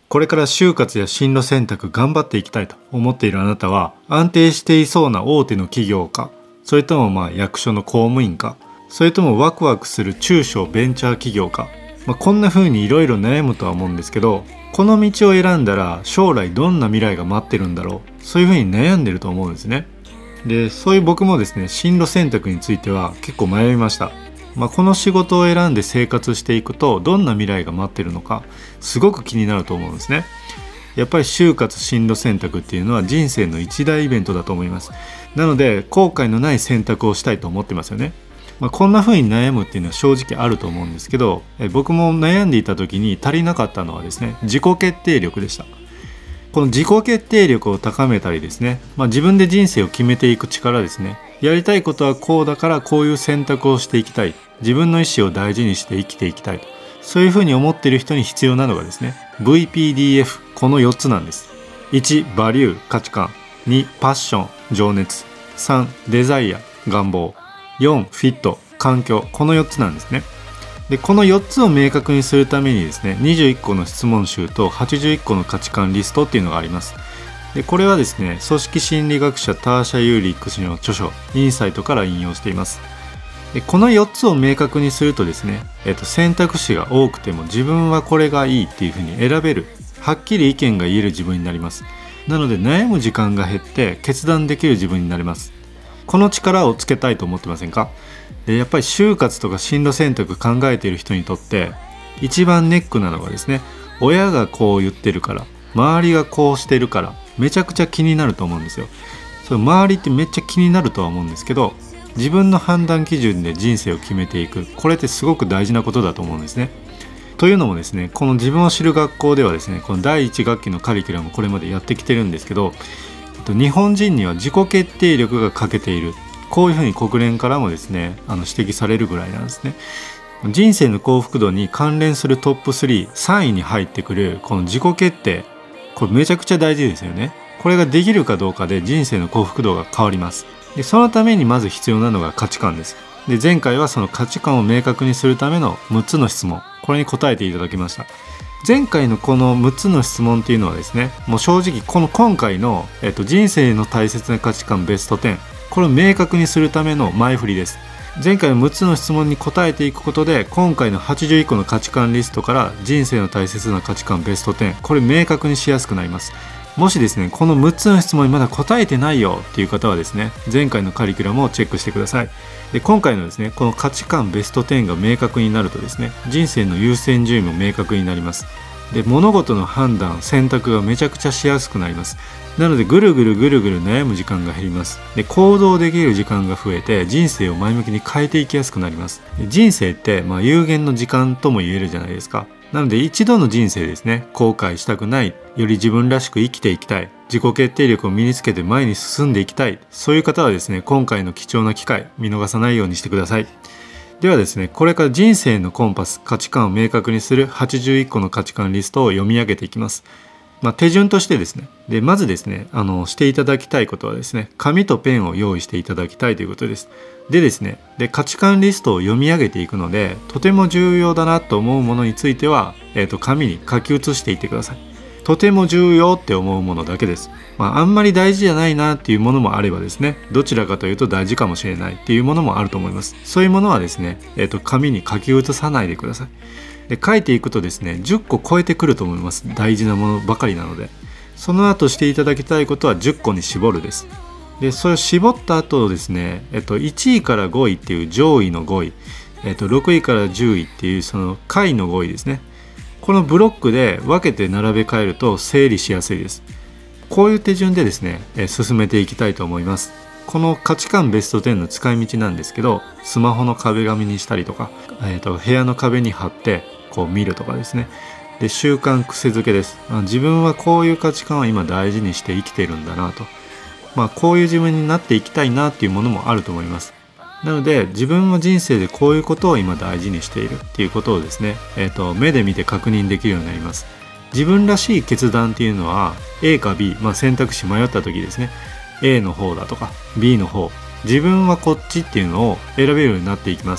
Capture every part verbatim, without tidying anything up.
これから就活や進路選択頑張っていきたいと思っているあなたは、安定していそうな大手の企業か、それともまあ役所の公務員か、それともワクワクする中小ベンチャー企業か、まあ、こんな風にいろいろ悩むとは思うんですけど、この道を選んだら将来どんな未来が待ってるんだろう、そういう風に悩んでると思うんですね。で、そういう僕もですね、進路選択については結構迷いました。まあ、この仕事を選んで生活していくとどんな未来が待ってるのかすごく気になると思うんですね。やっぱり就活進路選択っていうのは人生の一大イベントだと思います。なので後悔のない選択をしたいと思ってますよね。まあ、こんな風に悩むっていうのは正直あると思うんですけど、え僕も悩んでいた時に足りなかったのはですね、自己決定力でした。この自己決定力を高めたりですね、まあ、自分で人生を決めていく力ですね。やりたいことはこうだからこういう選択をしていきたい、自分の意思を大事にして生きていきたい、そういうふうに思っている人に必要なのがですね ブイピーディーエフ、 このよっつなんです。いちバリュー、価値観、にパッション、情熱、さんデザイア、願望、よんフィット、環境、このよっつなんですね。でこのよっつを明確にするためにですね、にじゅういっこの質問集とはちじゅういっこの価値観リストっていうのがあります。でこれはですね、組織心理学者ターシャ・ユーリック氏の著書インサイトから引用しています。でこのよっつを明確にするとですね、えっと、選択肢が多くても自分はこれがいいっていうふうに選べる、はっきり意見が言える自分になります。なので悩む時間が減って決断できる自分になれます。この力をつけたいと思ってませんか？でやっぱり就活とか進路選択考えている人にとって一番ネックなのがですね、親がこう言ってるから、周りがこうしてるからめちゃくちゃ気になると思うんですよ。それ周りってめっちゃ気になるとは思うんですけど、自分の判断基準で人生を決めていく、これってすごく大事なことだと思うんですね。というのもですね、この自分を知る学校ではですね、このだいいち学期のカリキュラムこれまでやってきてるんですけど、日本人には自己決定力が欠けている、こういうふうに国連からもですね、あの指摘されるぐらいなんですね。人生の幸福度に関連するトップスリー、さんいに入ってくるこの自己決定、これめちゃくちゃ大事ですよね。これができるかどうかで人生の幸福度が変わります。でそのためにまず必要なのが価値観です。で前回はその価値観を明確にするためのむっつの質問、これに答えていただきました。前回のこのむっつの質問っていうのはですね、もう正直この今回の、えっと、人生の大切な価値観ベストじゅう、これを明確にするための前振りです。前回のむっつの質問に答えていくことで、今回のはちじゅういっこの価値観リストから人生の大切な価値観ベストじゅう、これ明確にしやすくなります。もしですね、このむっつの質問にまだ答えてないよっていう方はですね、前回のカリキュラムをチェックしてください。で今回のですね、この価値観ベストじゅうが明確になるとですね、人生の優先順位も明確になります。で物事の判断、選択がめちゃくちゃしやすくなります。なのでぐるぐるぐるぐる悩む時間が減ります。で行動できる時間が増えて人生を前向きに変えていきやすくなります。で人生ってまあ有限の時間とも言えるじゃないですか。なので一度の人生ですね、後悔したくない、より自分らしく生きていきたい、自己決定力を身につけて前に進んでいきたい、そういう方はですね、今回の貴重な機会見逃さないようにしてください。ではですね、これから人生のコンパス、価値観を明確にするはちじゅういっこの価値観リストを読み上げていきます。まあ、手順としてですね、でまずですね、あのしていただきたいことはですね、紙とペンを用意していただきたいということです。でですね、で価値観リストを読み上げていくので、とても重要だなと思うものについては、えーと、紙に書き写していってください。とても重要って思うものだけです。まあ、あんまり大事じゃないなっていうものもあればですね、どちらかというと大事かもしれないっていうものもあると思います。そういうものはですね、えーと、紙に書き写さないでください。で書いていくとですね、じゅっこ超えてくると思います。大事なものばかりなので。その後していただきたいことはじゅっこに絞るです。でそれを絞った後ですね、えっと、いちいからごいっていう上位のごい、えっと、ろくいからじゅういっていうその下位のごいですね。このブロックで分けて並べ替えると整理しやすいです。こういう手順でですね、え進めていきたいと思います。この価値観ベストじゅうの使い道なんですけど、スマホの壁紙にしたりとか、えっと、部屋の壁に貼ってこう見るとかですね。で習慣癖づけです。自分はこういう価値観を今大事にして生きているんだなと、まあ、こういう自分になっていきたいなっていうものもあると思います。なので自分は人生でこういうことを今大事にしているっていうことをですね、えーと、目で見て確認できるようになります。自分らしい決断っていうのは A か B、まあ、選択肢迷った時ですね、 A の方だとか B の方、自分はこっちっていうのを選べるようになっていきます。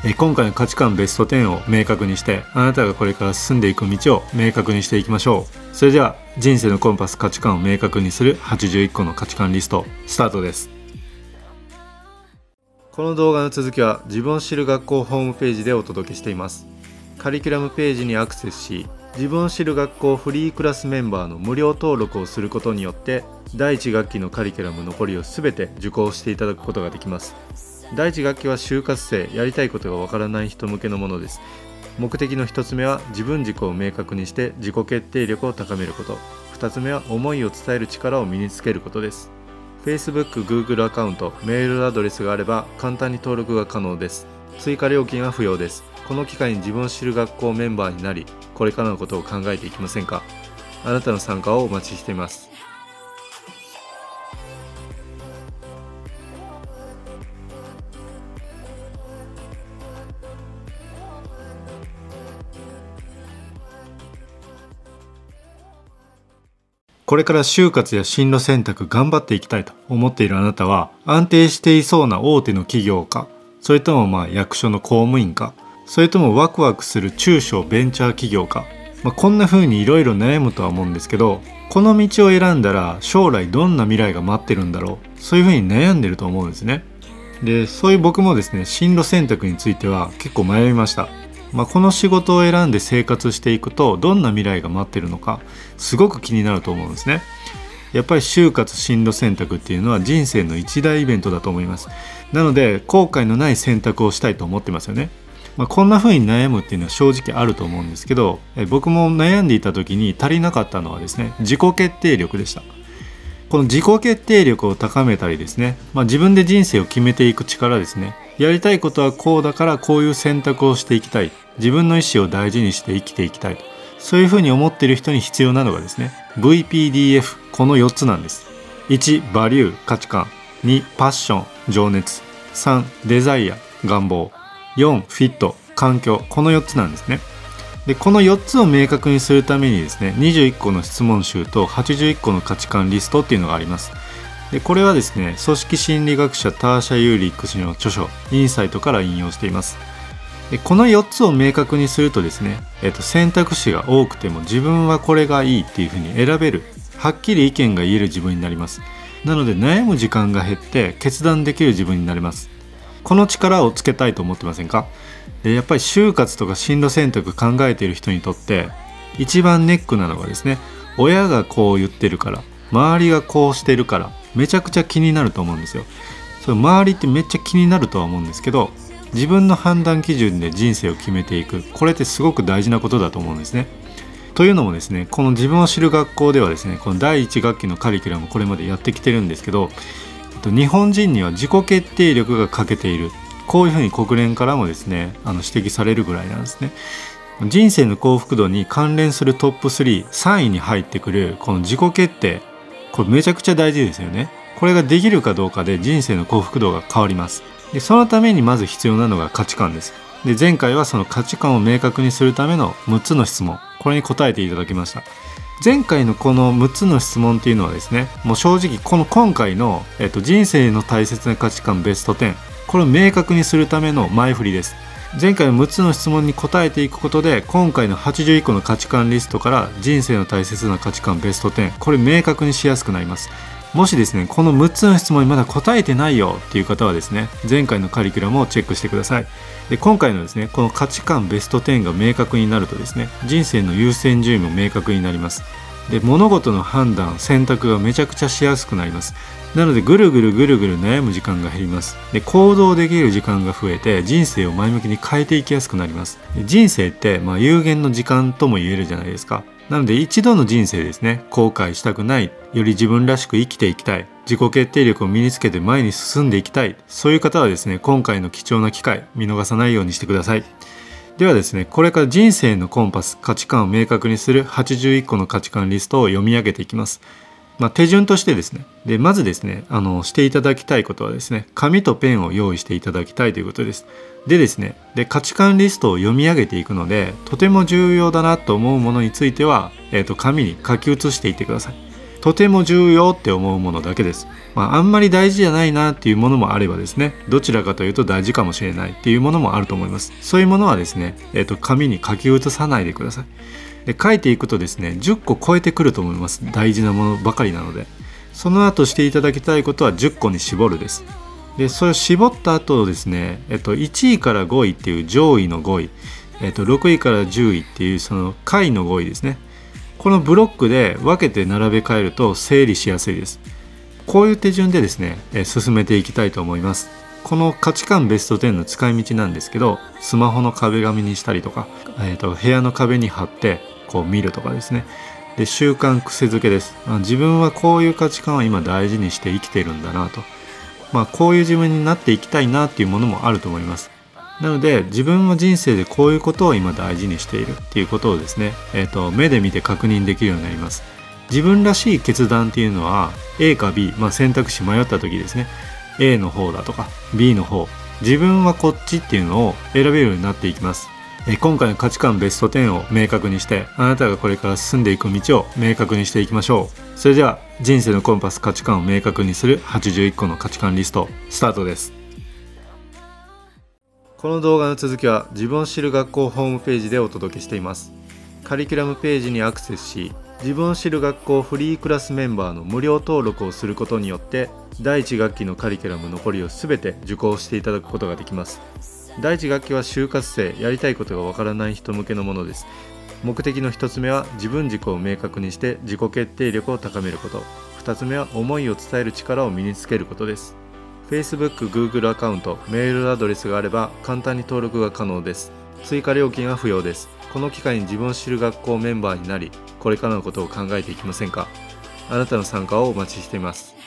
え今回の価値観ベストじゅうを明確にして、あなたがこれから進んでいく道を明確にしていきましょう。それでは人生のコンパス価値観を明確にするはちじゅういっこの価値観リストスタートです。この動画の続きは自分を知る学校ホームページでお届けしています。カリキュラムページにアクセスし、自分を知る学校フリークラスメンバーの無料登録をすることによってだいいち学期のカリキュラム残りをすべて受講していただくことができます。だいいち学期は就活生、やりたいことがわからない人向けのものです。目的のひとつめは自分軸を明確にして自己決定力を高めること、ふたつめは思いを伝える力を身につけることです。Facebook、Google アカウント、メールアドレスがあれば簡単に登録が可能です。追加料金は不要です。この機会に自分を知る学校メンバーになり、これからのことを考えていきませんか？あなたの参加をお待ちしています。これから就活や進路選択頑張っていきたいと思っているあなたは、安定していそうな大手の企業か、それともまあ役所の公務員か、それともワクワクする中小ベンチャー企業か、まあ、こんな風にいろいろ悩むとは思うんですけど、この道を選んだら将来どんな未来が待ってるんだろう、そういう風に悩んでると思うんですね。で、そういう僕もですね、進路選択については結構迷いました。まあ、この仕事を選んで生活していくとどんな未来が待ってるのかすごく気になると思うんですね。やっぱり就活進路選択っていうのは人生の一大イベントだと思います。なので後悔のない選択をしたいと思ってますよね。まあ、こんな風に悩むっていうのは正直あると思うんですけど、え僕も悩んでいた時に足りなかったのはですね、自己決定力でした。この自己決定力を高めたりですね、まあ、自分で人生を決めていく力ですね。やりたいことはこうだからこういう選択をしていきたい、自分の意思を大事にして生きていきたいと、そういうふうに思っている人に必要なのがですね ブイピーディーエフ、 このよっつなんです。いちバリュー、価値観、にパッション、情熱、さんデザイア、願望、よんフィット、環境、このよっつなんですね。でこのよっつを明確にするためにですね、にじゅういっこの質問集とはちじゅういっこの価値観リストっていうのがあります。でこれはですね、組織心理学者ターシャ・ユーリック氏の著書インサイトから引用しています。でこのよっつを明確にするとですね、えっと、選択肢が多くても自分はこれがいいっていうふうに選べる、はっきり意見が言える自分になります。なので悩む時間が減って決断できる自分になれます。この力をつけたいと思ってませんか？でやっぱり就活とか進路選択考えている人にとって一番ネックなのがですね、親がこう言ってるから、周りがこうしてるからめちゃくちゃ気になると思うんですよ。その周りってめっちゃ気になるとは思うんですけど、自分の判断基準で人生を決めていく、これってすごく大事なことだと思うんですね。というのもですね、この自分を知る学校ではですね、このだいいち学期のカリキュラムこれまでやってきてるんですけど、日本人には自己決定力が欠けている、こういうふうに国連からもですね、あの指摘されるぐらいなんですね。人生の幸福度に関連するトップスリー、さんいに入ってくるこの自己決定、これめちゃくちゃ大事ですよね。これができるかどうかで人生の幸福度が変わります。でそのためにまず必要なのが価値観です。で前回はその価値観を明確にするためのむっつの質問、これに答えていただきました。前回のこのむっつの質問っていうのはですね、もう正直この今回の、えっと、人生の大切な価値観ベストじゅう、これを明確にするための前振りです。前回のむっつの質問に答えていくことで、今回のはちじゅういっこの価値観リストから人生の大切な価値観ベストじゅう、これ明確にしやすくなります。もしですね、このむっつの質問にまだ答えてないよっていう方はですね、前回のカリキュラムをチェックしてください。で今回のですね、この価値観ベストじゅうが明確になるとですね、人生の優先順位も明確になります。で物事の判断、選択がめちゃくちゃしやすくなります。なのでぐるぐるぐるぐる悩む時間が減ります。で行動できる時間が増えて人生を前向きに変えていきやすくなります。で人生ってまあ有限の時間とも言えるじゃないですか。なので一度の人生ですね、後悔したくない、より自分らしく生きていきたい、自己決定力を身につけて前に進んでいきたい、そういう方はですね、今回の貴重な機会見逃さないようにしてください。ではですね、これから人生のコンパス、価値観を明確にするはちじゅういっこの価値観リストを読み上げていきます。まあ、手順としてですね、でまずですね、あのしていただきたいことはですね、紙とペンを用意していただきたいということです。でですね、で価値観リストを読み上げていくので、とても重要だなと思うものについては、えーと、紙に書き写していってください。 とても重要って思うものだけです。まあ、あんまり大事じゃないなっていうものもあればですね、どちらかというと大事かもしれないっていうものもあると思います。そういうものはですね、えーと、紙に書き写さないでください。で、書いていくとですね、じゅっこ超えてくると思います。大事なものばかりなので。その後していただきたいことはじゅっこに絞るです。で、それを絞った後ですね、えっと、いちいからごいっていう上位のごい、えっと、ろくいからじゅういっていうその下位のごいですね。このブロックで分けて並べ替えると整理しやすいです。こういう手順でですね、え進めていきたいと思います。この価値観ベストじゅうの使い道なんですけど、スマホの壁紙にしたりとか、えっと、部屋の壁に貼ってこう見るとかですね。で、習慣癖づけです。自分はこういう価値観を今大事にして生きているんだなと。まあ、こういう自分になっていきたいなっていうものもあると思います。なので、自分は人生でこういうことを今大事にしているっていうことをですね、えっと、目で見て確認できるようになります。自分らしい決断っていうのは A か B、まあ、選択肢迷った時ですね、 A の方だとか ビー の方、自分はこっちっていうのを選べるようになっていきます。え今回の価値観ベストじゅうを明確にして、あなたがこれから進んでいく道を明確にしていきましょう。それでは人生のコンパス価値観を明確にするはちじゅういっこの価値観リストスタートです。この動画の続きは自分を知る学校ホームページでお届けしています。カリキュラムページにアクセスし、自分を知る学校フリークラスメンバーの無料登録をすることによってだいいち学期のカリキュラム残りをすべて受講していただくことができます。だいいち学期は就活生、やりたいことがわからない人向けのものです。目的のひとつめは自分軸を明確にして自己決定力を高めること、ふたつめは思いを伝える力を身につけることです。Facebook、Google アカウント、メールアドレスがあれば簡単に登録が可能です。追加料金は不要です。この機会に自分を知る学校メンバーになり、これからのことを考えていきませんか？あなたの参加をお待ちしています。